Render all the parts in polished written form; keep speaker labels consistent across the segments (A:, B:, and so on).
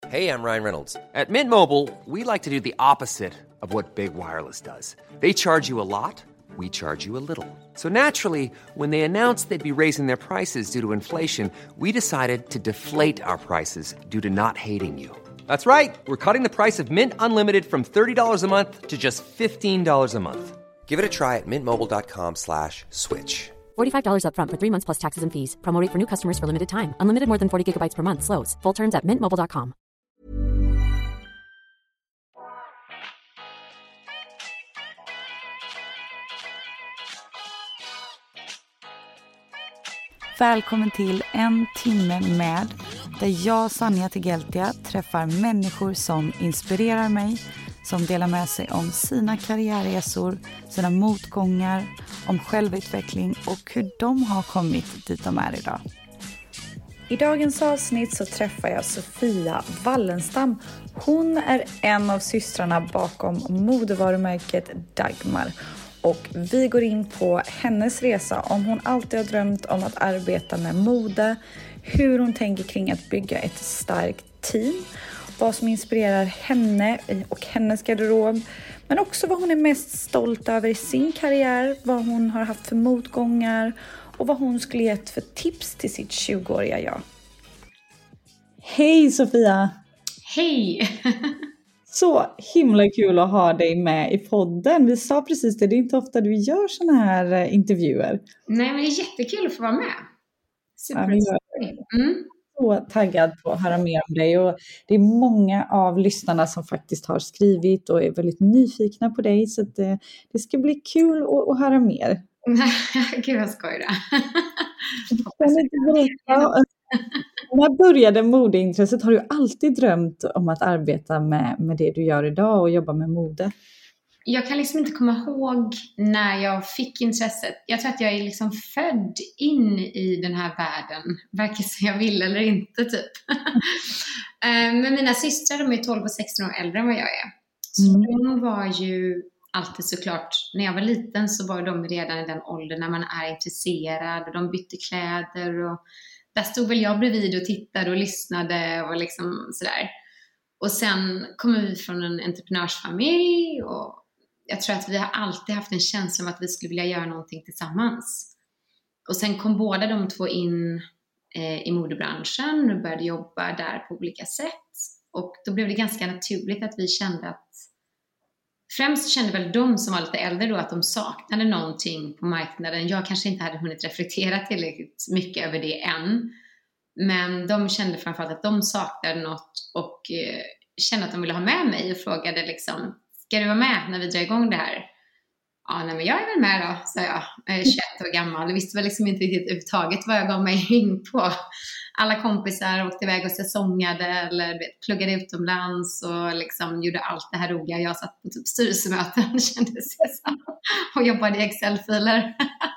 A: Hey, I'm Ryan Reynolds. At Mint Mobile, we like to do the opposite of what Big Wireless does. They charge you a lot, we charge you a little. So naturally, when they announced they'd be raising their prices due to inflation, we decided to deflate our prices due to not hating you. That's right. We're cutting the price of Mint Unlimited from $30 a month to just $15 a month. Give it a try at mintmobile.com/switch.
B: $45 up front for 3 months plus taxes and fees. Promo rate for new customers for limited time. Unlimited more than 40 gigabytes per month. Slows full terms at mintmobile.com.
C: Välkommen till En timme med, där jag, Sanja Tegeltia, träffar människor som inspirerar mig, som delar med sig om sina karriärresor, sina motgångar, om självutveckling och hur de har kommit dit de är idag. I dagens avsnitt så träffar jag Sofia Wallenstam. Hon är en av systrarna bakom modevarumärket Dagmar. Och vi går in på hennes resa, om hon alltid har drömt om att arbeta med mode, hur hon tänker kring att bygga ett starkt team, vad som inspirerar henne och hennes garderob, men också vad hon är mest stolt över i sin karriär, vad hon har haft för motgångar och vad hon skulle gett för tips till sitt 20-åriga jag. Hej Sofia!
D: Hej!
C: Så himla kul att ha dig med i podden. Vi sa precis det, är inte ofta du gör såna här intervjuer.
D: Nej, men det är jättekul att få vara med. Super.
C: Så taggad på att höra mer om dig. Och det är många av lyssnarna som faktiskt har skrivit och är väldigt nyfikna på dig. Så att det ska bli kul att höra mer.
D: Gud vad skoj det.
C: När började modeintresset? Har du alltid drömt om att arbeta med det du gör idag och jobba med mode?
D: Jag kan liksom inte komma ihåg när jag fick intresset. Jag tror att jag är liksom född in i den här världen. Varken så jag vill eller inte typ. Men mina systrar, de är 12 och 16 år äldre än vad jag är. Så de var ju alltid såklart, när jag var liten så var de redan i den åldern när man är intresserad. Och de bytte kläder och där stod väl jag bredvid och tittade och lyssnade och liksom sådär. Och sen kommer vi från en entreprenörsfamilj och jag tror att vi har alltid haft en känsla om att vi skulle vilja göra någonting tillsammans. Och sen kom båda de två in i modebranschen och började jobba där på olika sätt. Och då blev det ganska naturligt att vi kände att, främst kände väl de som var lite äldre då att de saknade någonting på marknaden. Jag kanske inte hade hunnit reflektera tillräckligt mycket över det än. Men de kände framförallt att de saknade något och kände att de ville ha med mig och frågade liksom, ska du vara med när vi drar igång det här? Ja, nej, men jag är väl med då, sa jag. Jag är 21 år gammal. Jag visste väl liksom inte riktigt överhuvudtaget vad jag gav mig in på. Alla kompisar åkte iväg och säsongade eller pluggade utomlands och liksom gjorde allt det här roliga. Jag satt på typ styrelsemöten, kändes det så. Och jobbade i Excel-filer.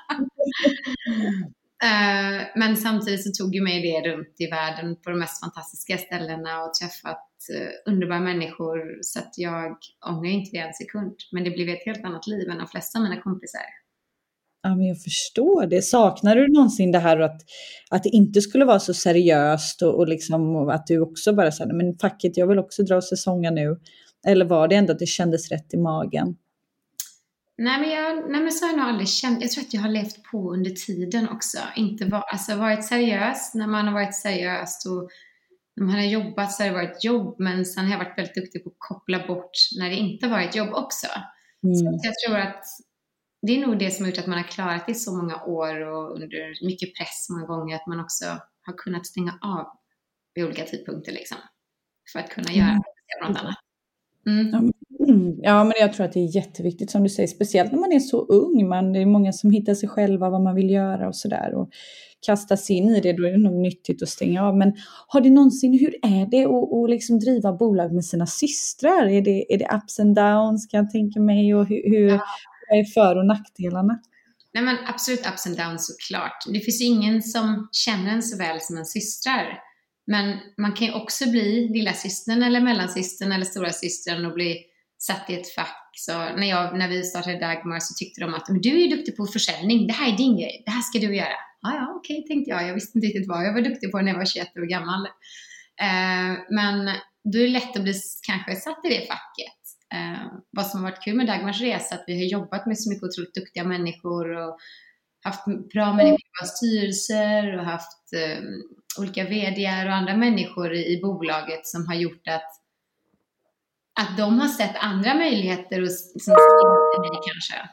D: Men samtidigt så tog ju mig det runt i världen på de mest fantastiska ställena och träffat underbara människor, så att jag ångrar inte det en sekund. Men det blev ett helt annat liv än de flesta av mina kompisar.
C: Ja, men jag förstår det. Saknar du någonsin det här att det inte skulle vara så seriöst och liksom, och att du också bara sa, men facket, jag vill också dra säsongen nu. Eller var det ändå att det kändes rätt i magen?
D: Nej men så har jag nog aldrig känt. Jag tror att jag har levt på under tiden också. Inte varit seriös när man har varit seriöst och när man har jobbat så har det varit jobb. Men sen har jag varit väldigt duktig på att koppla bort när det inte varit jobb också. Så jag tror att det är nog det som har gjort att man har klarat det i så många år och under mycket press många gånger. Att man också har kunnat stänga av vid olika tidpunkter liksom. För att kunna göra något annat.
C: Ja, men jag tror att det är jätteviktigt som du säger, speciellt när man är så ung. Det är många som hittar sig själva, vad man vill göra och sådär, och kasta sig in i det, då är det nog nyttigt att stänga av. Men har det någonsin, hur är det att liksom driva bolag med sina systrar? Är det ups and downs, kan jag tänka mig, och hur är för- och nackdelarna?
D: Nej, men absolut ups and downs såklart. Det finns ju ingen som känner en så väl som en systrar. Men man kan ju också bli lilla systern eller mellansystern eller stora systern och bli satt i ett fack. Så när vi startade Dagmar så tyckte de att men du är ju duktig på försäljning, det här är din grej, det här ska du göra. Ja, okej, tänkte jag. Jag visste inte riktigt vad jag var duktig på när jag var 21 år gammal. Men då är det lätt att bli kanske satt i det facket. Vad som har varit kul med Dagmars resa, att vi har jobbat med så mycket otroligt duktiga människor och haft bra människor i våra styrelser och haft olika vd:ar och andra människor i bolaget som har gjort att de har sett andra möjligheter och som inte mig kanske.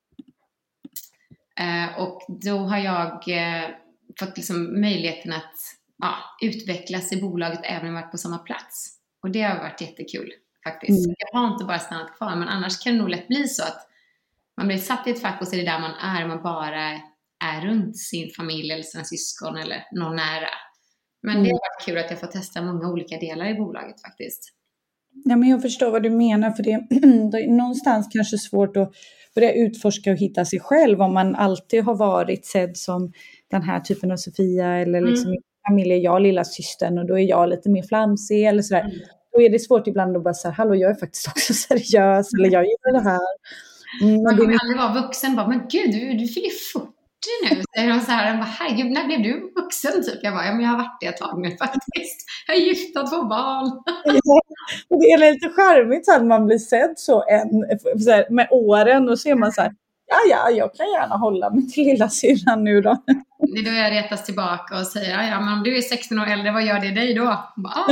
D: Och då har jag fått liksom möjligheten att utvecklas i bolaget även om jag varit på samma plats. Och det har varit jättekul faktiskt. Jag har inte bara stannat kvar, men annars kan det nog lätt bli så att man blir satt i ett fack och så är det där man är. Man bara är runt sin familj eller sina syskon eller någon nära. Men det har varit kul att jag får testa många olika delar i bolaget faktiskt.
C: Ja, men jag förstår vad du menar, för det är någonstans kanske svårt att börja utforska och hitta sig själv om man alltid har varit sedd som den här typen av Sofia eller liksom i familjen, jag lilla systern och då är jag lite mer flamsig eller sådär. Då är det svårt ibland att bara säga, hallå, jag är faktiskt också seriös eller jag gillar det här.
D: Man kommer aldrig vara vuxen, bara, men gud, du fyller 40 nu. Så här, han bara, herregud, när blev du vuxen typ? Jag bara, ja, men jag har varit det ett tag nu faktiskt. Jag är gift och 2 barn.
C: Ja, och det är lite charmigt att man blir sedd så med åren och så är man så här, ja, jag kan gärna hålla mig till lilla syrran nu då.
D: Det är då jag retas tillbaka och säger, ja, men om du är 16 år äldre, vad gör det dig då?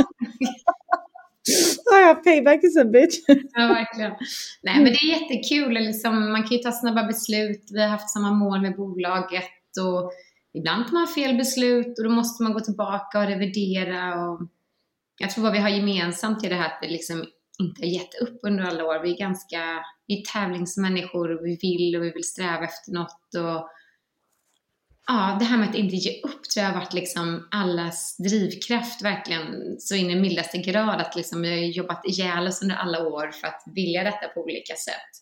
C: Ja, payback is a bitch.
D: Ja, verkligen. Nej, men det är jättekul. Liksom, man kan ju ta snabba beslut. Vi har haft samma mål med bolaget. Och ibland tar man fel beslut. Och då måste man gå tillbaka och revidera. Och jag tror vad vi har gemensamt i det här att det liksom inte har gett upp under alla år. Vi är tävlingsmänniskor. Och vi vill sträva efter något. Och ja, det här med att inte ge upp tror jag har varit liksom allas drivkraft verkligen så in i mildaste grad, att liksom vi har jobbat ihjäl oss under alla år för att vilja detta på olika sätt.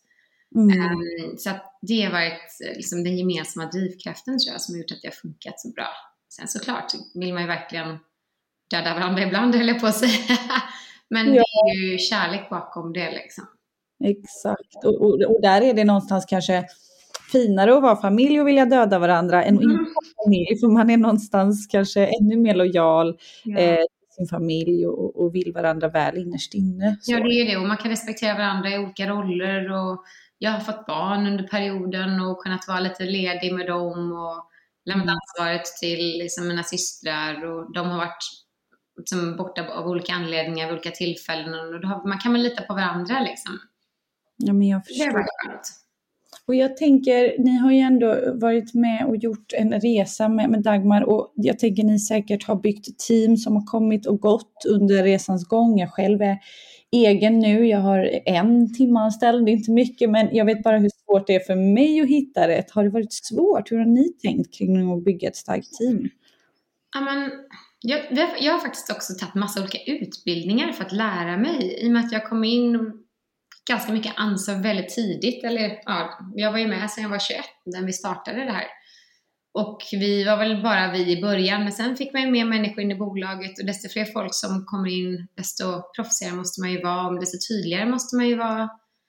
D: Så att det har varit liksom den gemensamma drivkraften tror jag som har gjort att det har funkat så bra. Sen såklart vill man ju verkligen döda varandra ibland, eller på att säga. Men det är ju kärlek bakom det liksom.
C: Exakt, och där är det någonstans kanske finare att vara familj och vilja döda varandra än att inte vara familj, för man är någonstans kanske ännu mer lojal till sin familj och vill varandra väl innerst inne. Så.
D: Ja, det är det, och man kan respektera varandra i olika roller, och jag har fått barn under perioden och kunnat vara lite ledig med dem och lämnat ansvaret till liksom mina systrar, och de har varit liksom borta av olika anledningar vid olika tillfällen, och då man kan väl lita på varandra liksom.
C: Ja, men jag förstår.
D: Det har varit skönt.
C: Och jag tänker, ni har ju ändå varit med och gjort en resa med Dagmar, och jag tänker ni säkert har byggt team som har kommit och gått under resans gång. Jag själv är egen nu, jag har 1 timanställd, det är inte mycket, men jag vet bara hur svårt det är för mig att hitta rätt. Har det varit svårt? Hur har ni tänkt kring att bygga ett starkt team?
D: Ja, men jag har faktiskt också tagit massa olika utbildningar för att lära mig, i och med att jag kom in ganska mycket ansvar väldigt tidigt, eller jag var ju med sedan jag var 21 när vi startade det här, och vi var väl bara vi i början, men sen fick man ju mer människor in i bolaget, och desto fler folk som kommer in, desto proffsigare måste man ju vara, och desto tydligare måste man ju vara,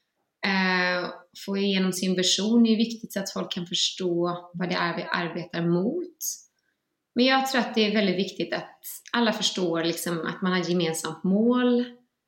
D: få igenom sin version är ju viktigt så att folk kan förstå vad det är vi arbetar mot. Men jag tror att det är väldigt viktigt att alla förstår liksom att man har gemensamt mål,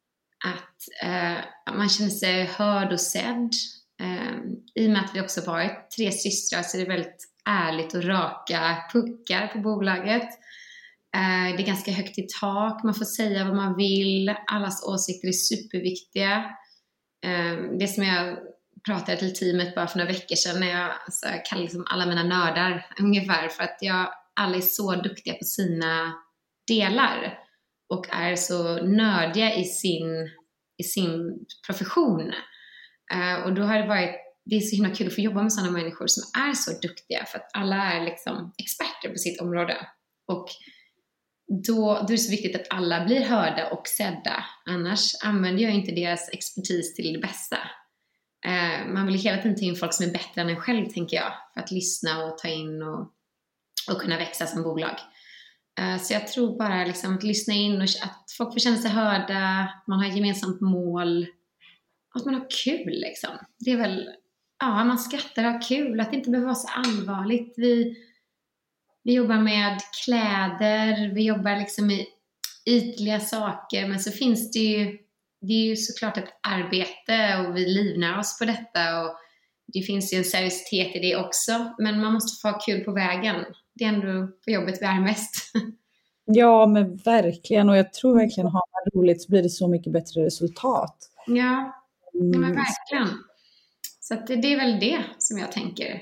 D: att man känner sig hörd och sedd. I och med att vi också varit 3 systrar så är det väldigt ärligt och raka puckar på bolaget. Det är ganska högt i tak, man får säga vad man vill, allas åsikter är superviktiga. Det som jag pratade till teamet bara för några veckor sedan, när jag kallar liksom alla mina nördar ungefär, för att alla är så duktiga på sina delar och är så nördiga i sin profession. Och då har det är så himla kul att få jobba med sådana människor som är så duktiga, för att alla är liksom experter på sitt område. Och då är det så viktigt att alla blir hörda och sedda. Annars använder jag inte deras expertis till det bästa. Man vill hela tiden ta in folk som är bättre än en själv, tänker jag, för att lyssna och ta in och kunna växa som bolag. Så jag tror bara liksom att lyssna in och att folk får känna sig hörda, att man har gemensamt mål, att man har kul liksom. Det är väl, man skrattar och har kul, att det inte behöver vara så allvarligt. Vi jobbar med kläder, vi jobbar liksom ytliga saker, men så finns det är ju såklart ett arbete och vi livnär oss på detta och det finns ju en seriositet i det också, men man måste få ha kul på vägen. Det är ändå på jobbet vi är mest.
C: Ja, men verkligen. Och jag tror verkligen har man roligt så blir det så mycket bättre resultat.
D: Ja, men verkligen. Så att det är väl det som jag tänker.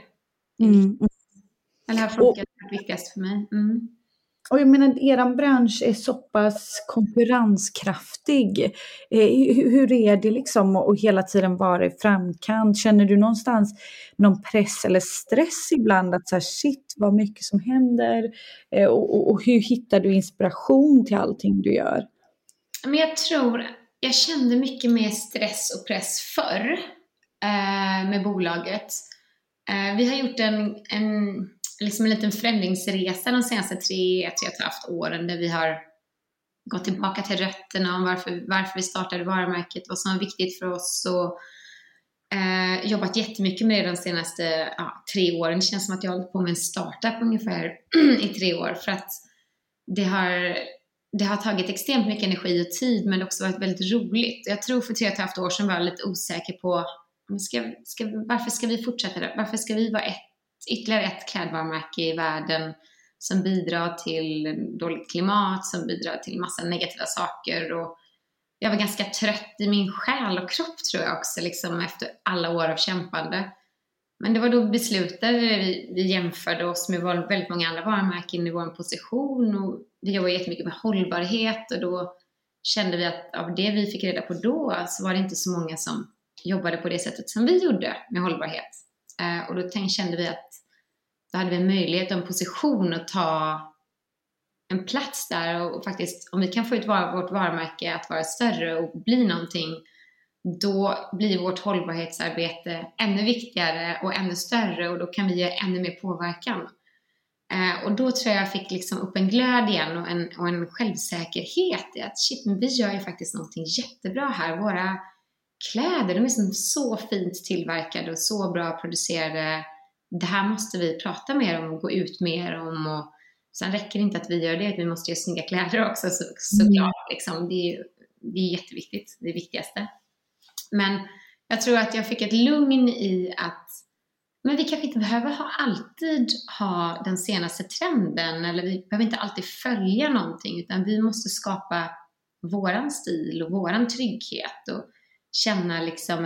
D: Eller har funkat viktigast för mig.
C: Och jag menar, er bransch är så pass konkurrenskraftig. Hur är det liksom att hela tiden vara i framkant? Känner du någonstans någon press eller stress ibland? Att så här, shit, vad mycket som händer. Och hur hittar du inspiration till allting du gör?
D: Men jag kände mycket mer stress och press förr med bolaget. Vi har gjort en liten förändringsresa de senaste 3,5 åren där vi har gått tillbaka till rötterna om varför vi startade varumärket, vad som var viktigt för oss och jobbat jättemycket med det de senaste 3 åren. Det känns som att jag har hållit på med en startup ungefär i 3 år för att det har tagit extremt mycket energi och tid, men det har också varit väldigt roligt. Jag tror för 3,5 år sedan var jag lite osäker på varför ska vi fortsätta det? Varför ska vi vara ytterligare ett klädvarumärke i världen som bidrar till dåligt klimat, som bidrar till massa negativa saker. Och jag var ganska trött i min själ och kropp tror jag också, liksom, efter alla år av kämpande. Men det var då beslutade vi jämförde oss med väldigt många andra varumärken i vår position och vi jobbade jättemycket med hållbarhet och då kände vi att av det vi fick reda på då så var det inte så många som jobbade på det sättet som vi gjorde med hållbarhet. Och då kände vi att då hade vi en möjlighet och en position att ta en plats där och faktiskt om vi kan få ut vårt varumärke att vara större och bli någonting, då blir vårt hållbarhetsarbete ännu viktigare och ännu större och då kan vi ge ännu mer påverkan. Och då tror jag fick liksom upp en glöd igen och en självsäkerhet i att shit, men vi gör ju faktiskt någonting jättebra här. Våra kläder, de är så fint tillverkade och så bra producerade. Det här måste vi prata mer om och gå ut mer om. Och sen räcker det inte att vi gör det, vi måste göra snygga kläder också såklart. Liksom. Det är jätteviktigt, det viktigaste. Men jag tror att jag fick ett lugn i att men vi kanske inte behöver alltid ha den senaste trenden eller vi behöver inte alltid följa någonting utan vi måste skapa våran stil och våran trygghet och känna liksom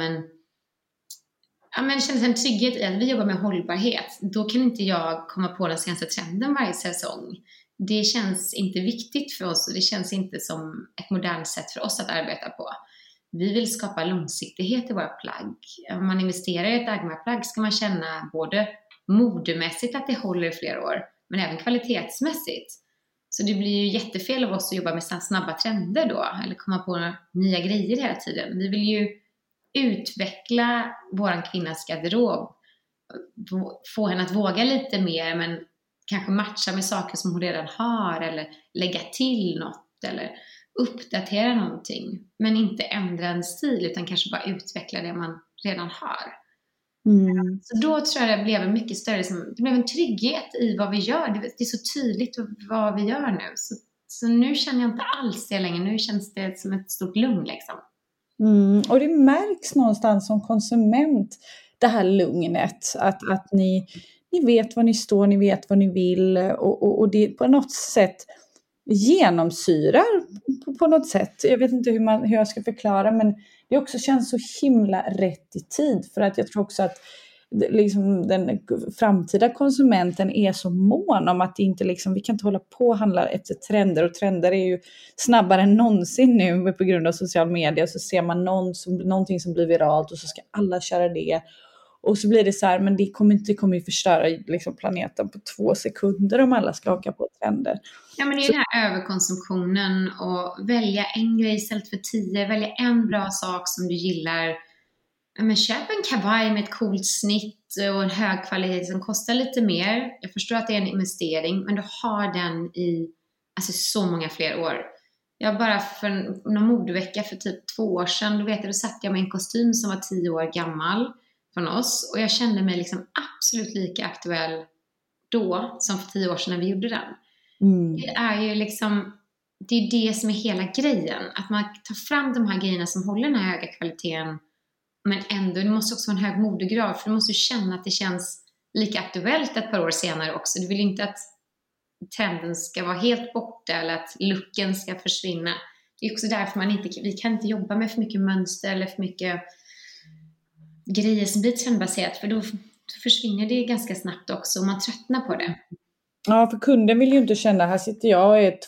D: känna en trygghet i att vi jobbar med hållbarhet. Då kan inte jag komma på den senaste trenden varje säsong. Det känns inte viktigt för oss och det känns inte som ett modernt sätt för oss att arbeta på. Vi vill skapa långsiktighet i våra plagg. Om man investerar i ett Dagmar-plagg ska man känna både modemässigt att det håller i flera år, men även kvalitetsmässigt. Så det blir ju jättefel av oss att jobba med snabba trender då, eller komma på nya grejer hela tiden. Vi vill ju utveckla våran kvinnas garderob, få henne att våga lite mer, men kanske matcha med saker som hon redan har, eller lägga till något, eller uppdatera någonting, men inte ändra en stil utan kanske bara utveckla det man redan har. Så då tror jag det blev en mycket större, det blev en trygghet i vad vi gör. Det är så tydligt vad vi gör nu. Så nu känner jag inte alls det längre. Nu känns det som ett stort lugn liksom.
C: Och det märks någonstans som konsument, det här lugnet, att ni vet vad ni står, ni vet vad ni vill och det på något sätt genomsyrar på något sätt. Jag vet inte hur jag ska förklara, men det också känns så himla rätt i tid, för att jag tror också att liksom den framtida konsumenten är så mån om att det inte liksom, vi kan inte hålla på och handla efter trender, och trender är ju snabbare än någonsin nu på grund av social media. Så ser man någonting som blir viralt och så ska alla köra det. Och så blir det så här, men det kommer ju förstöra liksom planeten på 2 sekunder om alla ska haka på trender.
D: Ja, men det är den här överkonsumtionen och välja en grej istället för 10. Välja en bra sak som du gillar. Ja, men köp en kavaj med ett coolt snitt och en hög kvalitet som kostar lite mer. Jag förstår att det är en investering, men du har den i så många fler år. Jag bara för någon modevecka för typ 2 år sedan, då satt jag med en kostym som var 10 år gammal från oss. Och jag kände mig liksom absolut lika aktuell då som för 10 år sedan när vi gjorde den. Det är ju liksom det är det som är hela grejen. Att man tar fram de här grejerna som håller den här höga kvaliteten. Men ändå, det måste också vara en hög modegrad. För du måste känna att det känns lika aktuellt ett par år senare också. Du vill inte att trenden ska vara helt borta eller att looken ska försvinna. Det är också därför vi kan inte jobba med för mycket mönster eller för mycket grejer som blir trendbaserat. För då försvinner det ganska snabbt också och man tröttnar på det.
C: Ja, för kunden vill ju inte känna, här sitter jag och är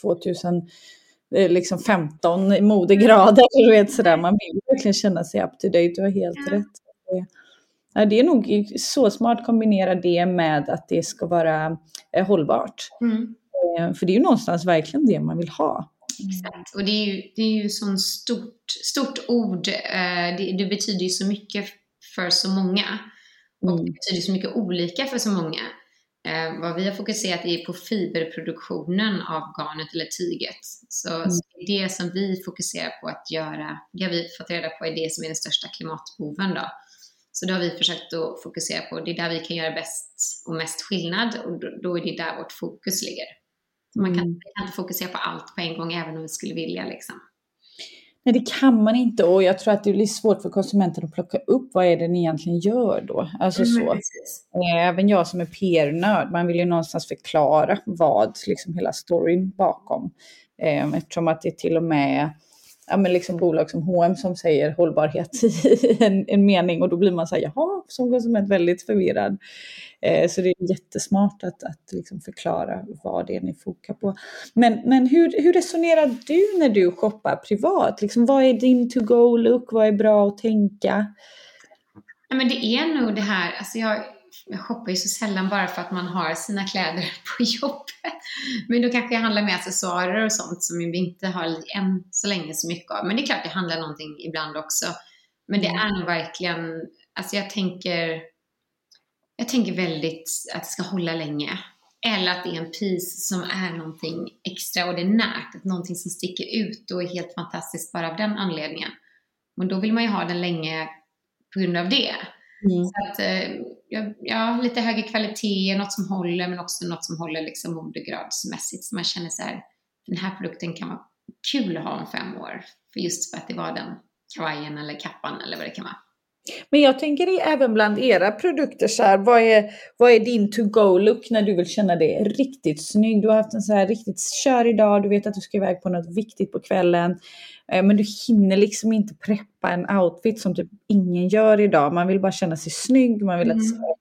C: 2015 modegrader. Du vet, sådär. Man vill verkligen känna sig up to date. Du har helt rätt. Ja, det är nog så smart att kombinera det med att det ska vara hållbart. För det är ju någonstans verkligen det man vill ha.
D: Exakt, och det är ju sån stort ord. Det betyder ju så mycket för så många. Och det betyder så mycket olika för så många. Vad vi har fokuserat är på fiberproduktionen av garnet eller tyget. Så det som vi fokuserar på att göra, det har vi fått reda på är det som är den största klimatboven då. Så då har vi försökt att fokusera på, det är där vi kan göra bäst och mest skillnad, och då är det där vårt fokus ligger. Så man kan inte fokusera på allt på en gång även om vi skulle vilja liksom.
C: Nej, det kan man inte, och jag tror att det blir svårt för konsumenten att plocka upp vad är det ni egentligen gör då. Alltså så. Även jag som är PR-nörd, man vill ju någonstans förklara vad liksom hela storyn bakom. Eftersom att det är till och med liksom bolag som H&M som säger hållbarhet i en mening, och då blir man så här, jaha, som konsument väldigt förvirrad. Så det är jättesmart att liksom förklara vad det är ni fokar på. Men hur resonerar du när du shoppar privat? Liksom, vad är din to-go-look? Vad är bra att tänka?
D: Ja, men det är nog det här, alltså jag shoppar ju så sällan bara för att man har sina kläder på jobbet. Men då kanske jag handlar med accessoarer och sånt som vi inte har än så länge så mycket av. Men det är klart jag handlar någonting ibland också. Men det är nog verkligen, alltså jag tänker väldigt att det ska hålla länge. Eller att det är en piece som är någonting extraordinärt. Någonting som sticker ut och är helt fantastiskt bara av den anledningen. Men då vill man ju ha den länge på grund av det. Så att, lite högre kvalitet, något som håller, men också något som håller liksom modegradsmässigt. Så man känner så här, den här produkten kan vara kul att ha om 5 år. För just för att det var den kavajen eller kappan eller vad det kan vara.
C: Men jag tänker även bland era produkter så här, vad är din to-go-look när du vill känna dig riktigt snygg? Du har haft en så här riktigt kör idag, du vet att du ska iväg på något viktigt på kvällen. Men du hinner liksom inte preppa en outfit som typ ingen gör idag. Man vill bara känna sig snygg, man vill att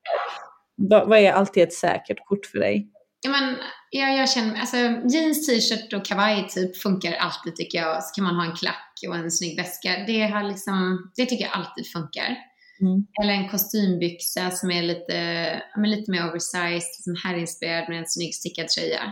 C: vad är alltid ett säkert kort för dig?
D: Ja, men jag känner, alltså jeans, t-shirt och kavaj typ funkar alltid tycker jag. Så kan man ha en klack och en snygg väska. Det tycker jag alltid funkar. Eller en kostymbyxa som är lite mer oversized, som herrinspirerad med en snygg stickad tröja.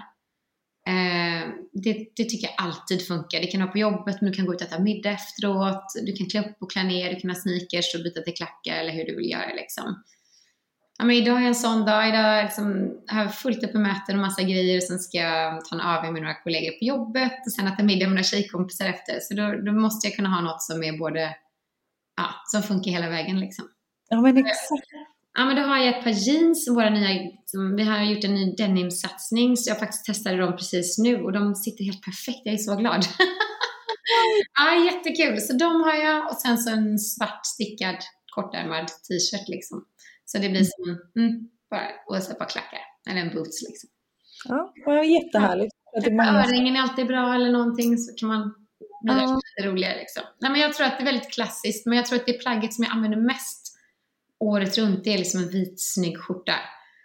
D: Det tycker jag alltid funkar. Det kan ha på jobbet, men du kan gå ut och äta middag efteråt. Du kan klä upp och klä ner, du kan ha sneakers och byta till klackar eller hur du vill göra liksom. Ja, men idag är en sån dag. Idag liksom, jag har fullt upp med möten och massa grejer. Och sen ska jag ta en AW med några kollegor på jobbet. Och sen äta middag med några tjejkompisar efter. Så då måste jag kunna ha något som är både, som funkar hela vägen liksom.
C: Ja, men exakt.
D: Ja, men då har jag ett par jeans. Våra nya, vi har gjort en ny denim-satsning. Så jag faktiskt testade dem precis nu. Och de sitter helt perfekt. Jag är så glad. Ja, jättekul. Så de har jag. Och sen så en svart stickad kortärmad t-shirt liksom. Så det blir som bara ett par klackar. Eller en boots liksom.
C: Ja, det var jättehärligt.
D: Öringen är alltid bra eller någonting. Så kan man bli lite roligare liksom. Nej, men jag tror att det är väldigt klassiskt. Men jag tror att det plagget som jag använder mest året runt, det är liksom en vit snygg skjorta.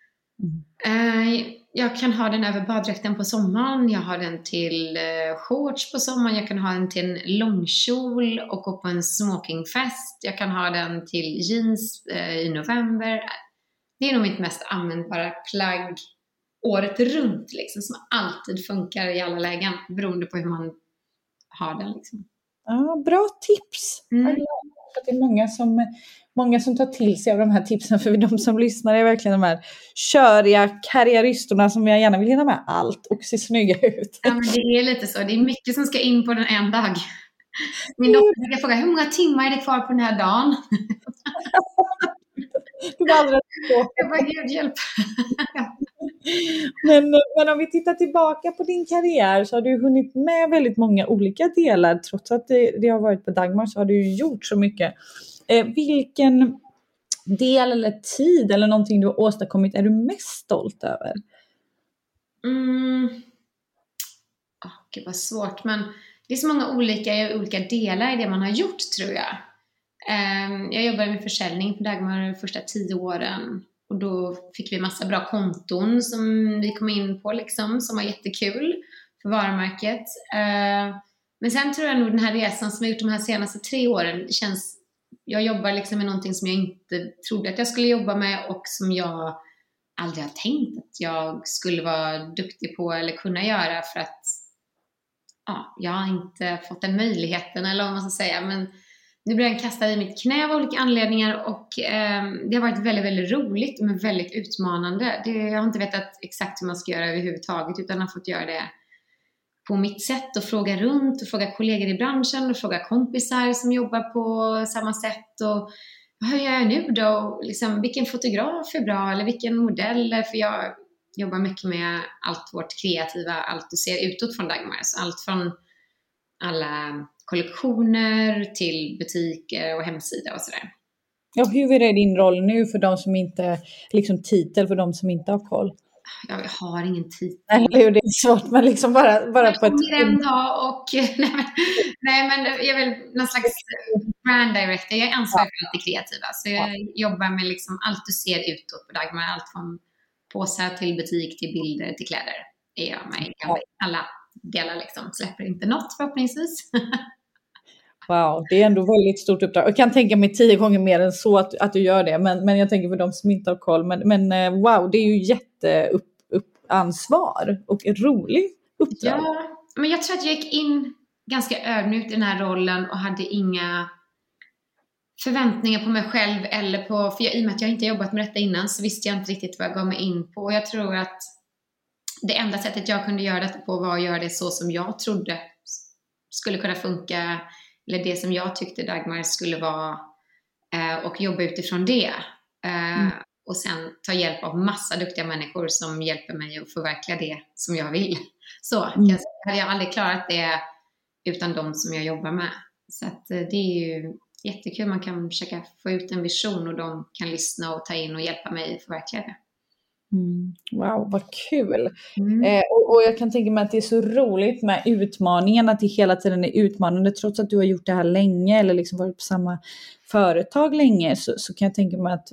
D: Jag kan ha den över baddräkten på sommaren. Jag har den till shorts på sommaren. Jag kan ha den till en långkjol och gå på en smokingfest. Jag kan ha den till jeans i november. Det är nog mitt mest användbara plagg året runt liksom, som alltid funkar i alla lägen beroende på hur man har den liksom.
C: Ja, bra tips. Det är många som tar till sig av de här tipsen, för de som lyssnar är verkligen de här köriga karriäristerna som jag gärna vill hinna med allt och se snygga ut.
D: Ja, men det är lite så. Det är mycket som ska in på den en dag. Min dotter brukar fråga, hur många timmar är det kvar på den här dagen?
C: Du var alldeles på.
D: Jag bara, gud hjälp.
C: Men om vi tittar tillbaka på din karriär så har du hunnit med väldigt många olika delar. Trots att det har varit på Dagmar så har du ju gjort så mycket. Vilken del eller tid eller någonting du har åstadkommit är du mest stolt över?
D: Gud vad svårt, men det är så många olika delar i det man har gjort, tror jag. Jag jobbade med försäljning på Dagmar de första 10 åren. Och då fick vi massa bra konton som vi kom in på liksom, som var jättekul för varumärket. Men sen tror jag nog den här resan som jag gjort de här senaste 3 åren jag jobbar liksom med någonting som jag inte trodde att jag skulle jobba med och som jag aldrig har tänkt att jag skulle vara duktig på eller kunna göra, för att jag har inte fått den möjligheten, eller vad man ska säga. Men nu blev jag kastad i mitt knä av olika anledningar och det har varit väldigt, väldigt roligt men väldigt utmanande. Jag har inte vetat exakt hur man ska göra överhuvudtaget, utan har fått göra det på mitt sätt och fråga runt och fråga kollegor i branschen och fråga kompisar som jobbar på samma sätt. Och vad gör jag nu då? Liksom, vilken fotograf är bra eller vilken modell? För jag jobbar mycket med allt vårt kreativa, allt du ser utåt från Dagmar. Så allt från alla kollektioner till butiker och hemsida och sådär.
C: Ja, hur är din roll nu för de som inte, liksom titel för de som inte har koll?
D: Jag har ingen titel.
C: Nej, det är svårt, men liksom bara på ett...
D: en dag och... nej, men jag är väl någon slags brand director. Jag är ansvarig för allt det kreativa. Så jag jobbar med liksom allt du ser utåt på Dagmar. Allt från påsar till butik, till bilder, till kläder. Det är jag med i alla delar liksom. Släpper inte något förhoppningsvis.
C: Wow, det är ändå väldigt stort uppdrag. Jag kan tänka mig 10 gånger mer än så att du gör det. Men jag tänker för de som inte har koll. Men wow, det är ju ansvar och roligt uppdrag.
D: Ja, men jag tror att jag gick in ganska ödmjukt i den här rollen och hade inga förväntningar på mig själv eller på, för i och med att jag inte jobbat med detta innan så visste jag inte riktigt vad jag gav mig in på. Och jag tror att det enda sättet jag kunde göra detta på var att göra det så som jag trodde skulle kunna funka, eller det som jag tyckte Dagmar skulle vara, och jobba utifrån det. Och sen ta hjälp av massa duktiga människor som hjälper mig att förverkliga det som jag vill. Så hade jag aldrig klarat det utan de som jag jobbar med. Så att det är ju jättekul. Man kan försöka få ut en vision och de kan lyssna och ta in och hjälpa mig att förverkliga det.
C: Wow, vad kul. Och jag kan tänka mig att det är så roligt med utmaningen, att det hela tiden är utmanande trots att du har gjort det här länge eller liksom varit på samma företag länge, så kan jag tänka mig att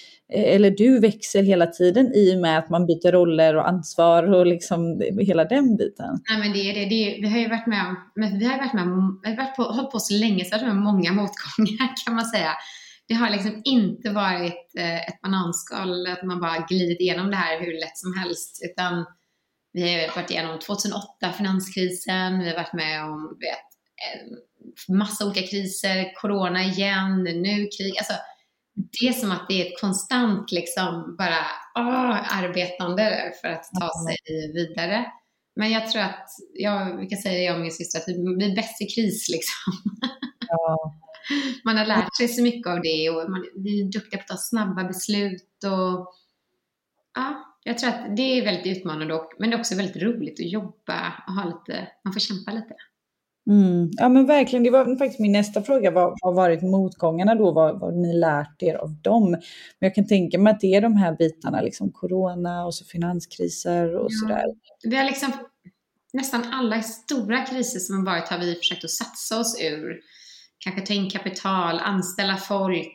C: du växer hela tiden i och med att man byter roller och ansvar och liksom hela den biten.
D: Nej, men det är det. Vi har ju varit med om, men vi har hållit på så länge så att det har många motgångar kan man säga. Det har liksom inte varit ett bananskal att man bara glidit igenom det här hur lätt som helst, utan vi har varit igenom 2008 finanskrisen, vi har varit med om massa olika kriser, corona igen, nu krig, alltså det är som att det är ett konstant liksom bara arbetande för att ta sig vidare. Men jag tror att vi kan säga jag och min syster att vi är bäst i kris liksom. Ja. Man har lärt sig så mycket av det och vi är duktiga på att ta snabba beslut och jag tror att det är väldigt utmanande men det är också väldigt roligt att jobba och man får kämpa lite.
C: Ja men verkligen, det var faktiskt min nästa fråga. Vad har varit motgångarna då? Vad har ni lärt er av dem? Men jag kan tänka mig att det är de här bitarna, liksom corona och så finanskriser och sådär.
D: Vi har liksom nästan alla stora kriser som har varit har vi försökt att satsa oss ur. Kanske ta in kapital, anställa folk,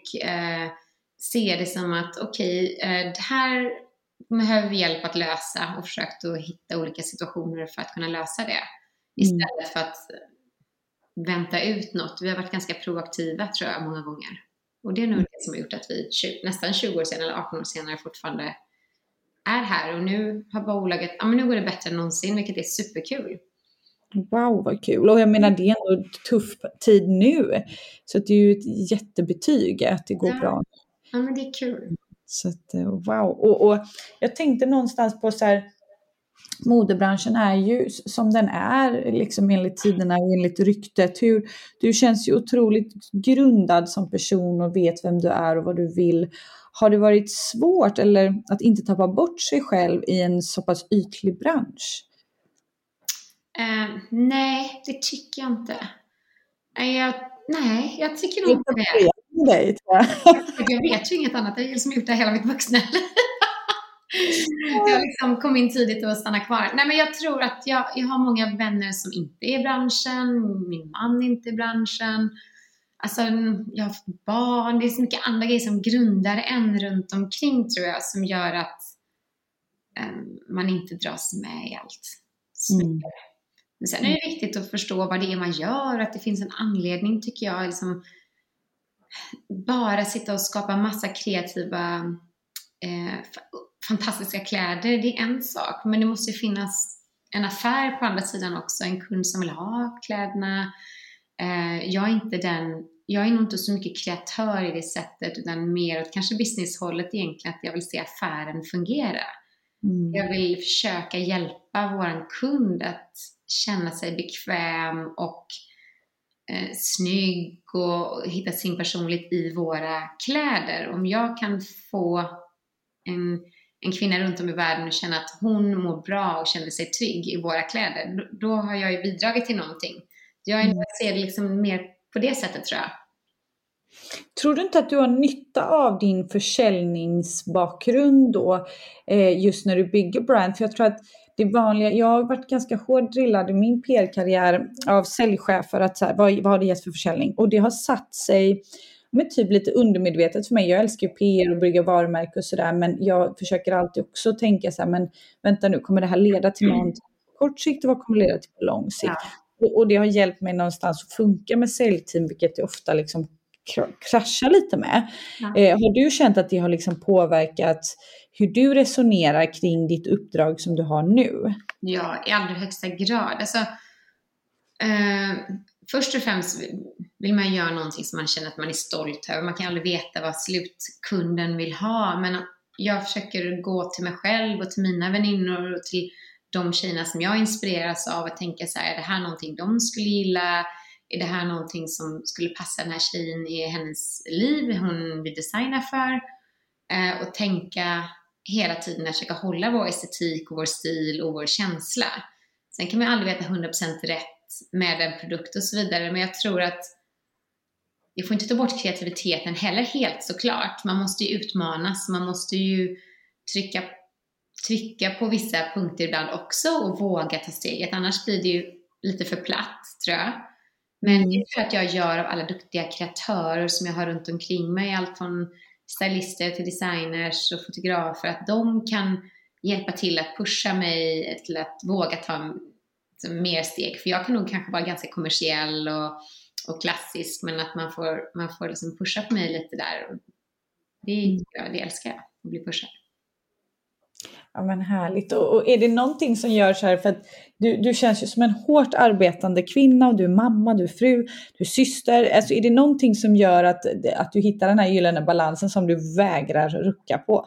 D: se det som att det här behöver vi hjälp att lösa och försökt att hitta olika situationer för att kunna lösa det. Istället för att vänta ut något. Vi har varit ganska proaktiva tror jag många gånger. Och det är nog det som har gjort att vi nästan 20 år senare eller 18 år senare fortfarande är här. Och nu har bolaget, men nu går det bättre än någonsin, vilket är superkul.
C: Wow, vad kul. Och jag menar, det är ändå tuff tid nu. Så det är ju ett jättebetyg att det går bra.
D: Ja, men det är kul.
C: Så att, wow. Och jag tänkte någonstans på så här, modebranschen är ju som den är liksom enligt tiderna och enligt ryktet. Du känns ju otroligt grundad som person och vet vem du är och vad du vill. Har det varit svårt eller att inte tappa bort sig själv i en så pass ytlig bransch?
D: Nej, det tycker jag inte. Jag tycker nog inte det.
C: Dig, tror jag.
D: Jag vet ju inget annat. Jag har liksom gjort det hela mitt vuxna liv. Jag liksom kom in tidigt och stannade kvar. Nej, men jag tror att jag har många vänner som inte är i branschen. Min man är inte i branschen. Alltså, jag har haft barn. Det är så mycket andra grejer som grundar en runt omkring, tror jag, som gör att man inte dras med i allt. Men sen är det viktigt att förstå vad det är man gör, att det finns en anledning, tycker jag. Liksom, bara sitta och skapa massa kreativa fantastiska kläder, det är en sak, men det måste ju finnas en affär på andra sidan också, en kund som vill ha kläderna. Jag är nog inte så mycket kreatör i det sättet, utan mer åt kanske businesshållet egentligen, att jag vill se affären fungera. Jag vill försöka hjälpa våran kund att känna sig bekväm och snygg och hitta sin personlighet i våra kläder. Om jag kan få en kvinna runt om i världen och känna att hon mår bra och känner sig trygg i våra kläder, då har jag ju bidragit till någonting. Jag ser det liksom mer på det sättet, tror jag.
C: Tror du inte att du har nytta av din försäljningsbakgrund då, just när du bygger brand? För jag tror att det vanliga, jag har varit ganska hård drillad i min PR-karriär av säljchefer att så här, vad har det gett för försäljning? Och det har satt sig med typ lite undermedvetet för mig. Jag älskar ju PR och bygga varumärken och sådär, men jag försöker alltid också tänka så här, men vänta nu, kommer det här leda till något på kort sikt och vad kommer det leda till på lång sikt? Ja. Och det har hjälpt mig någonstans att funka med säljteam, vilket jag ofta liksom kraschar lite med. Ja. Har du känt att det har liksom påverkat hur du resonerar kring ditt uppdrag som du har nu?
D: Ja, i allra högsta grad. Alltså, först och främst vill man göra någonting som man känner att man är stolt över. Man kan aldrig veta vad slutkunden vill ha, men jag försöker gå till mig själv och till mina väninnor och till de tjejerna som jag inspireras av att tänka så här, är det här någonting de skulle gilla? Är det här någonting som skulle passa den här tjejen i hennes liv, hon vill designa för? Och tänka hela tiden att försöka hålla vår estetik och vår stil och vår känsla. Sen kan man aldrig veta 100% rätt med en produkt och så vidare, men jag tror att vi får inte ta bort kreativiteten heller helt, såklart. Man måste ju utmanas, man måste ju trycka på vissa punkter ibland också och våga ta steget, annars blir det ju lite för platt, tror jag. Men det tror jag att jag gör av alla duktiga kreatörer som jag har runt omkring mig, allt från stylister till designers och fotografer, att de kan hjälpa till att pusha mig till att våga ta mer steg. För jag kan nog kanske vara ganska kommersiell och klassisk, men att man får liksom pusha på mig lite där. Och det älskar jag, att bli pushad.
C: Ja, men härligt. Och är det någonting som gör så här, för att du känns ju som en hårt arbetande kvinna, och du är mamma, du är fru, du är syster. Alltså, är det någonting som gör att du hittar den här gyllene balansen som du vägrar rucka på?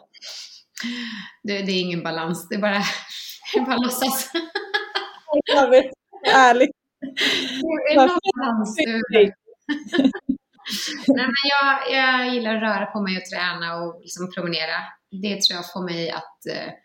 D: Det är ingen balans, det är bara låtsas.
C: Jag vet, ärligt.
D: Det är någon balans. Nej, men jag gillar att röra på mig och träna och liksom promenera. Det tror jag får mig att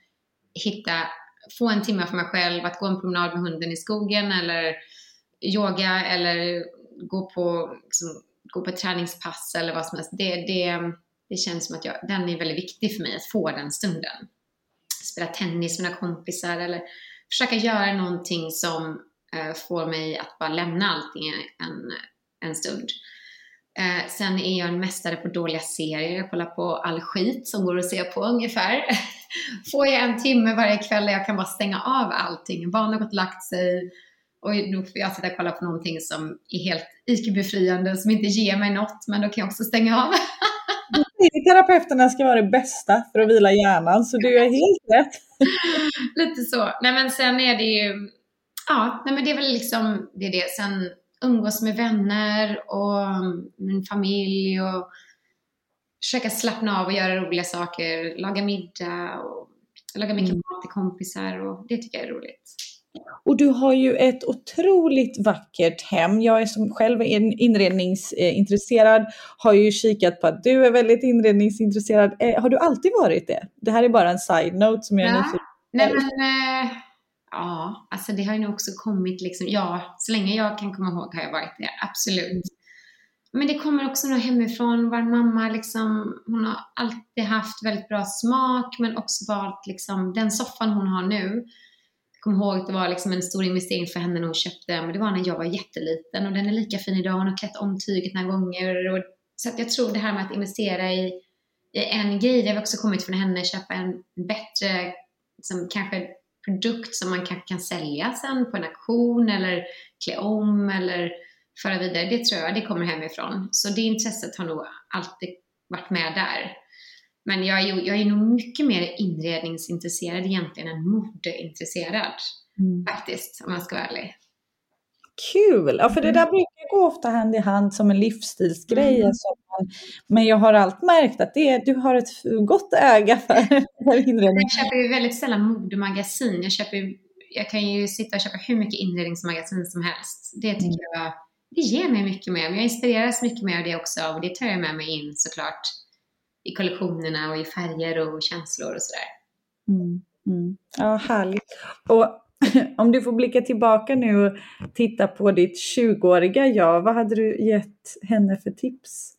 D: få en timme för mig själv, att gå en promenad med hunden i skogen, eller yoga, eller gå på ett träningspass eller vad som helst. Det känns som att den är väldigt viktig för mig, att få den stunden. Spela tennis med mina kompisar, eller försöka göra någonting som får mig att bara lämna allting en stund. Sen är jag en mästare på dåliga serier. Jag kollar på all skit som går att se på ungefär. Får jag en timme varje kväll där jag kan bara stänga av allting. Barnen har gått och lagt sig, och då får jag sitta och kolla på någonting som är helt IQ-befriande, som inte ger mig något, men då kan jag också stänga av.
C: Terapeuterna ska vara det bästa för att vila hjärnan, så du är helt rätt.
D: Lite så. Nej, men sen är det ju men det är väl liksom det. Sen umgås med vänner och min familj och försöka slappna av och göra roliga saker, laga middag och laga mycket mat till kompisar, och det tycker jag är roligt.
C: Och du har ju ett otroligt vackert hem. Jag är som själv inredningsintresserad, har ju kikat på att du är väldigt inredningsintresserad. Har du alltid varit det? Det här är bara en side-note som jag är nyfiken på.
D: Nej men, ja, alltså det har ju nog också kommit liksom, ja, så länge jag kan komma ihåg har jag varit det, absolut. Men det kommer också nog hemifrån, vår mamma liksom, hon har alltid haft väldigt bra smak, men också valt liksom, den soffan hon har nu. Jag kommer ihåg att det var liksom en stor investering för henne när hon köpte den, men det var när jag var jätteliten, och den är lika fin idag, hon har klätt om tyget några gånger, och, så att jag tror det här med att investera i en grej, det har också kommit från henne, köpa en bättre liksom, kanske produkt som man kanske kan sälja sen på en auktion, eller klä om, eller föra vidare. Det tror jag, det kommer hemifrån. Så det intresset har nog alltid varit med där. Men jag är nog mycket mer inredningsintresserad egentligen än modeintresserad. Faktiskt, om man ska vara ärlig.
C: Kul! Ja, för det där brukar gå ofta hand i hand som en livsstilsgrej. Men jag har alltid märkt att du har ett gott öga för inredning.
D: Jag köper ju väldigt sällan modemagasin. Jag kan ju sitta och köpa hur mycket inredningsmagasin som helst. Det tycker jag, det ger mig mycket mer. Jag inspireras mycket mer av det också. Och det tar jag med mig in såklart i kollektionerna och i färger och känslor och sådär.
C: Ja, härligt. Och om du får blicka tillbaka nu och titta på ditt 20-åriga jag, vad hade du gett henne för tips?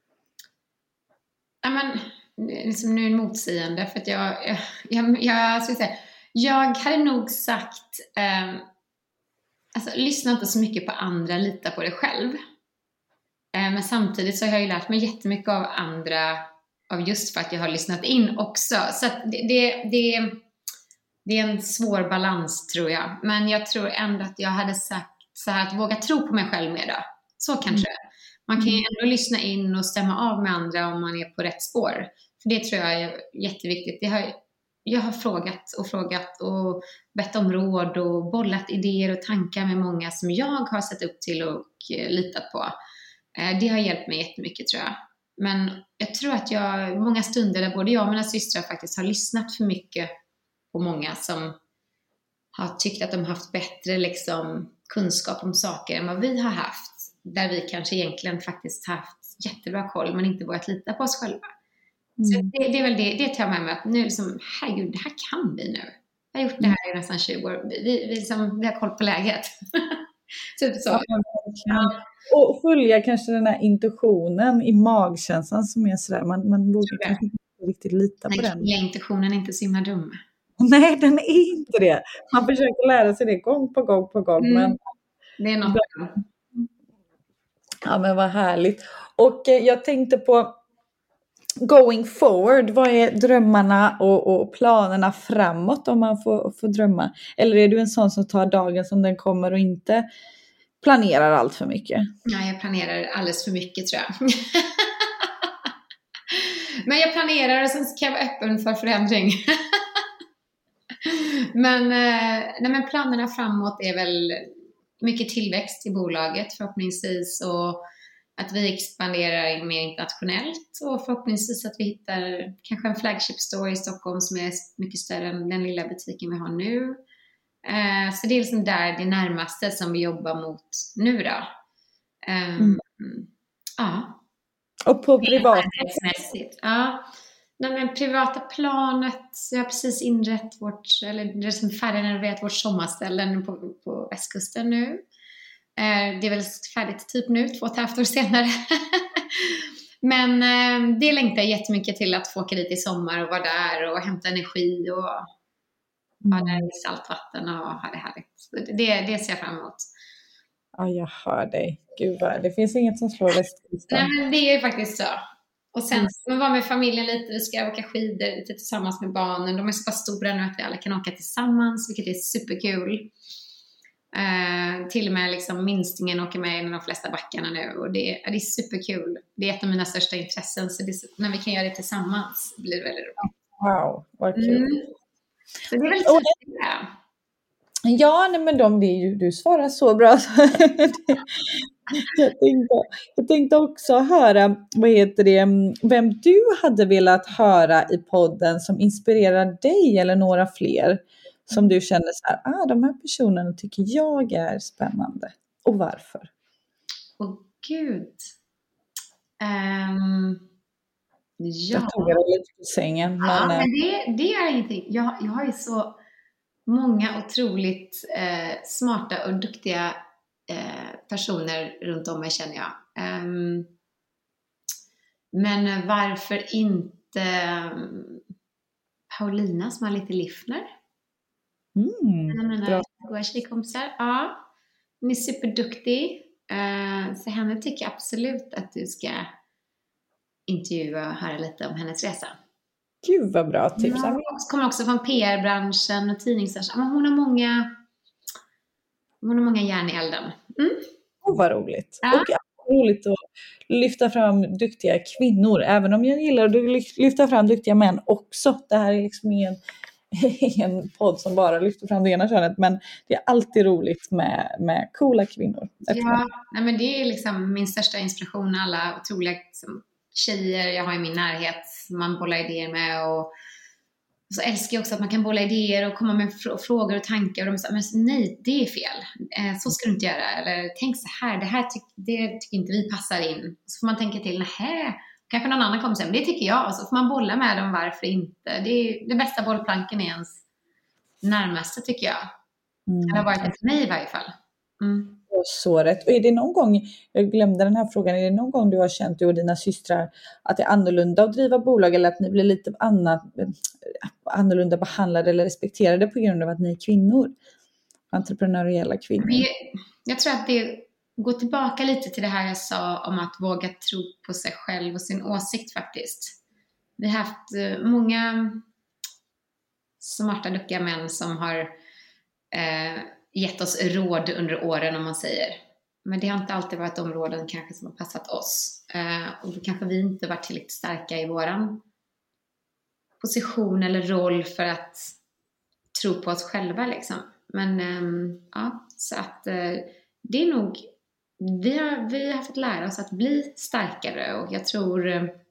D: Ja, men liksom nu är det motsägande, för att jag ska säga, jag hade nog sagt alltså, lyssna inte så mycket på andra, lita på dig själv. Men samtidigt så har jag ju lärt mig jättemycket av andra, av just för att jag har lyssnat in också. Så att det är en svår balans, tror jag. Men jag tror ändå att jag hade sagt så här, att våga tro på mig själv mer då. Så kanske. Man kan ju ändå lyssna in och stämma av med andra om man är på rätt spår. För det tror jag är jätteviktigt. Jag har frågat och bett om råd och bollat idéer och tankar med många som jag har sett upp till och litat på. Det har hjälpt mig jättemycket, tror jag. Men jag tror att många stunder där både jag och mina systrar faktiskt har lyssnat för mycket på många som har tyckt att de haft bättre liksom, kunskap om saker än vad vi har haft. Där vi kanske egentligen faktiskt haft jättebra koll, men inte vågat lita på oss själva. Så det är väl det tar jag med mig, att nu liksom, herregud, det här kan vi nu. Jag har gjort det här i nästan 20 år. Vi har koll på läget. Typ så.
C: Ja. Och följa kanske den här intuitionen i magkänslan som är sådär, man borde kanske inte riktigt lita på den.
D: Nej, intuitionen är inte så himla dum.
C: Nej, den är inte det. Man försöker lära sig det gång på gång. Men
D: det är något.
C: Ja, men vad härligt. Och jag tänkte på going forward, vad är drömmarna och planerna framåt, om man får drömma? Eller är du en sån som tar dagen som den kommer och inte planerar allt för mycket?
D: Nej, jag planerar alldeles för mycket, tror jag. Men jag planerar och sen kan jag vara öppen för förändring. Men planerna framåt är väl mycket tillväxt i bolaget förhoppningsvis, och att vi expanderar mer internationellt, och förhoppningsvis att vi hittar kanske en flagship store i Stockholm som är mycket större än den lilla butiken vi har nu. Så det är liksom där det närmaste som vi jobbar mot nu då. Ja.
C: Och på privat?
D: Ja. Nej, men privata planet, jag har precis inrett det är som färdigrenoverat vårt sommarställen på västkusten nu. Det är väl färdigt typ nu, 2,5 år senare. Men det längtar jag jättemycket till, att få åka dit i sommar och vara där och hämta energi och vara där i saltvatten och ha det härligt. Det ser jag fram emot.
C: Ja, jag hör dig. Gud, det finns inget som slår västkusten.
D: Nej, men det är ju faktiskt så. Och sen man var med familjen lite, vi ska åka skidor lite tillsammans med barnen. De är så pass stora nu att vi alla kan åka tillsammans, vilket är superkul. Till och med liksom minstingen åker med i de flesta backarna nu, och det är superkul. Det är ett av mina största intressen, så när vi kan göra det tillsammans blir det väldigt roligt.
C: Wow, vad kul.
D: Så det är väldigt det.
C: Ja, nej, men du svarar så bra. Jag tänkte också höra, vem du hade velat höra i podden som inspirerar dig, eller några fler som du känner så här, de här personerna tycker jag är spännande. Och varför?
D: Åh gud.
C: Jag tog det lite på sängen.
D: Ja, men det är ingenting. Jag har ju så många otroligt smarta och duktiga personer runt om mig, känner jag. Men varför inte Paulina som har lite Liffner? En av mina goda tjejkompisar. Ja, hon är superduktig. Så henne tycker jag absolut att du ska intervjua och höra lite om hennes resa.
C: Gud vad bra tips.
D: Hon kommer också från PR-branschen och tidningsbranschen. Men hon har många järn i elden.
C: Vad roligt.
D: Ja.
C: Och roligt att lyfta fram duktiga kvinnor. Även om jag gillar att lyfta fram duktiga män också. Det här är liksom ingen podd som bara lyfter fram det ena könet. Men det är alltid roligt med coola kvinnor.
D: Ja, nej, men det är liksom min största inspiration. Alla otroliga liksom, tjejer jag har i min närhet. Man bollar idéer med. Och så älskar jag också att man kan bolla idéer och komma med frågor och tankar. Och de säger, men nej, det är fel. Så ska du inte göra. Eller tänk så här, det tycker inte vi passar in. Så får man tänka till, nej, kanske någon annan kommer säga, men det tycker jag. Och så får man bolla med dem, varför inte. Det bästa bollplanken är ens närmaste, tycker jag. Det har varit det för mig i varje fall.
C: Så rätt. Och är det någon gång, jag glömde den här frågan, är det någon gång du har känt, du och dina systrar, att det är annorlunda att driva bolag eller att ni blir lite annorlunda behandlade eller respekterade på grund av att ni är kvinnor? Entreprenöriella kvinnor.
D: Jag tror att det går tillbaka lite till det här jag sa om att våga tro på sig själv och sin åsikt faktiskt. Vi har haft många smarta, duktiga män som har gett oss råd under åren, om man säger. Men det har inte alltid varit områden kanske som har passat oss. Och då kanske vi inte varit tillräckligt starka i våran position eller roll för att tro på oss själva liksom. Men ja, så att det är nog, vi har fått lära oss att bli starkare. Och jag tror,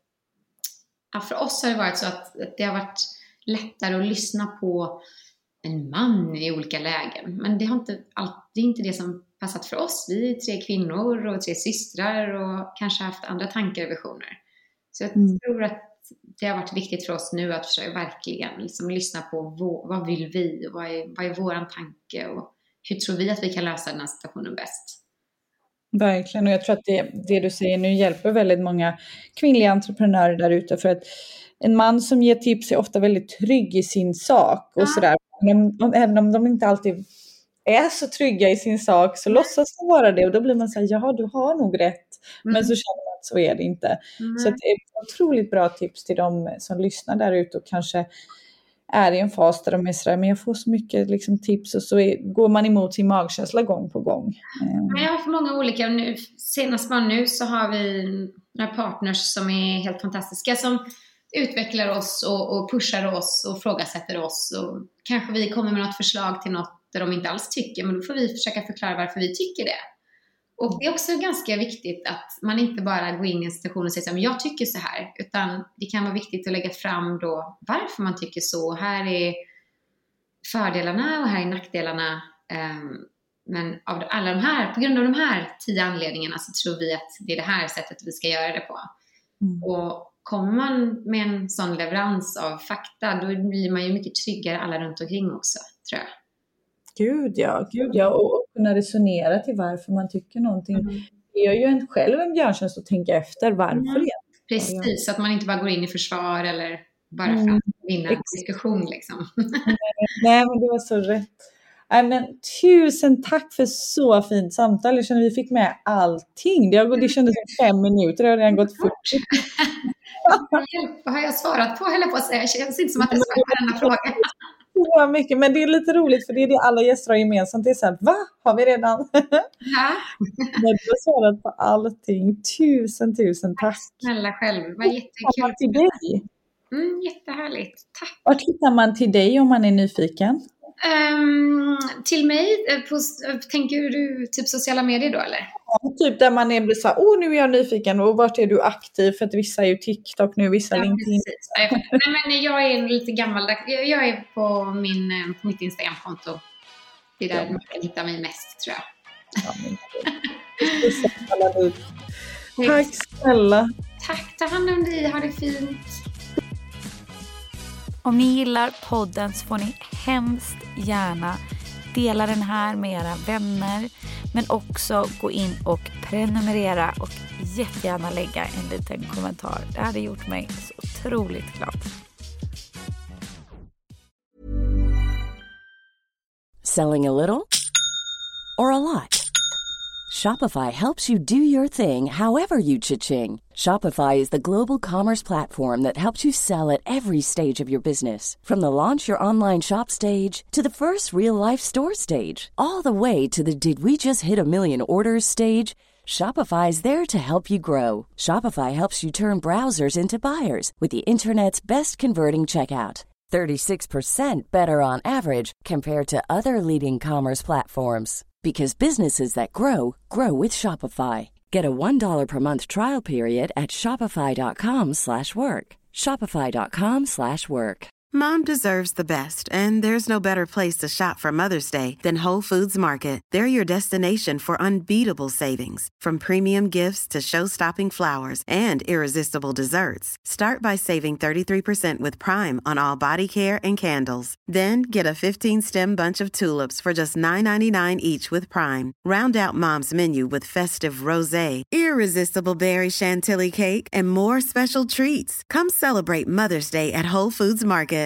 D: ja, för oss har det varit så att det har varit lättare att lyssna på en man i olika lägen. Men det är inte det som passat för oss. Vi är 3 kvinnor och 3 systrar och kanske haft andra tankar och visioner. Så jag tror att det har varit viktigt för oss nu att försöka verkligen liksom lyssna på vad vill vi och vad är våran tanke och hur tror vi att vi kan lösa den här situationen bäst.
C: Verkligen, och jag tror att det du säger nu hjälper väldigt många kvinnliga entreprenörer där ute, för att en man som ger tips är ofta väldigt trygg i sin sak och sådär. Även om de inte alltid är så trygga i sin sak så låtsas de vara det och då blir man så här, ja du har nog rätt, men så känner man att så är det inte. Så att det är ett otroligt bra tips till de som lyssnar där ute och kanske är i en fas där de är sådär, men jag får så mycket liksom, tips och så går man emot sin magkänsla gång på gång.
D: Jag har för många olika, nu, senast bara nu så har vi några partners som är helt fantastiska som utvecklar oss och pushar oss och frågasätter oss och kanske vi kommer med något förslag till något där de inte alls tycker, men då får vi försöka förklara varför vi tycker det. Och det är också ganska viktigt att man inte bara går in i en situation och säger så här, men jag tycker så här, utan det kan vara viktigt att lägga fram då varför man tycker så. Här är fördelarna och här är nackdelarna. Men av alla de här, på grund av de här 10 anledningarna så tror vi att det är det här sättet vi ska göra det på. Och kommer man med en sån leverans av fakta, då blir man ju mycket tryggare alla runt omkring också, tror jag.
C: Gud ja, och kunna resonera till varför man tycker någonting. Det gör ju en själv en björntjänst att tänka efter varför det.
D: Precis, så att man inte bara går in i försvar eller bara för att vinna en diskussion liksom.
C: Nej, men det var så rätt. Nej, men tusen tack för så fint samtal. Jag känner att vi fick med allting. Det kändes som 5 minuter, det har redan gått 40.
D: Vad har jag svarat på, höll jag på att säga. Det känns inte som att jag svarat på denna fråga.
C: Så mycket, men det är lite roligt för det är det alla gäster har gemensamt. Det är så här, va? Har vi redan?
D: Ja.
C: Men du har svarat på allting. Tusen tack.
D: Snälla själv, det var jättekul.
C: Till dig.
D: Jättehärligt, tack.
C: Vart hittar man till dig om man är nyfiken?
D: Till mig, tänker du typ sociala medier då eller?
E: Ja, typ där man blir så här, nu är jag nyfiken och vart är du aktiv? För att vissa är ju TikTok nu, vissa LinkedIn.
D: Nej, men jag är lite gammaldags. Jag är på mitt Instagram-konto. Det är där man kan hitta mig mest, tror jag.
E: Ja, tack snälla.
D: Tack, ta hand om dig, ha det fint.
C: Om ni gillar podden så får ni hemskt gärna dela den här med era vänner. Men också gå in och prenumerera och jättegärna lägga en liten kommentar. Det hade gjort mig så otroligt glad.
F: Selling a little or a lot? Shopify helps you do your thing however you cha-ching. Shopify is the global commerce platform that helps you sell at every stage of your business. From the launch your online shop stage to the first real-life store stage, all the way to the did we just hit a million orders stage. Shopify is there to help you grow. Shopify helps you turn browsers into buyers with the internet's best converting checkout. 36% better on average compared to other leading commerce platforms. Because businesses that grow, grow with Shopify. Get a $1 per month trial period at shopify.com/work. Shopify.com/work.
G: Mom deserves the best, and there's no better place to shop for Mother's Day than Whole Foods Market. They're your destination for unbeatable savings, from premium gifts to show-stopping flowers and irresistible desserts. Start by saving 33% with Prime on all body care and candles. Then get a 15-stem bunch of tulips for just $9.99 each with Prime. Round out Mom's menu with festive rosé, irresistible berry chantilly cake, and more special treats. Come celebrate Mother's Day at Whole Foods Market.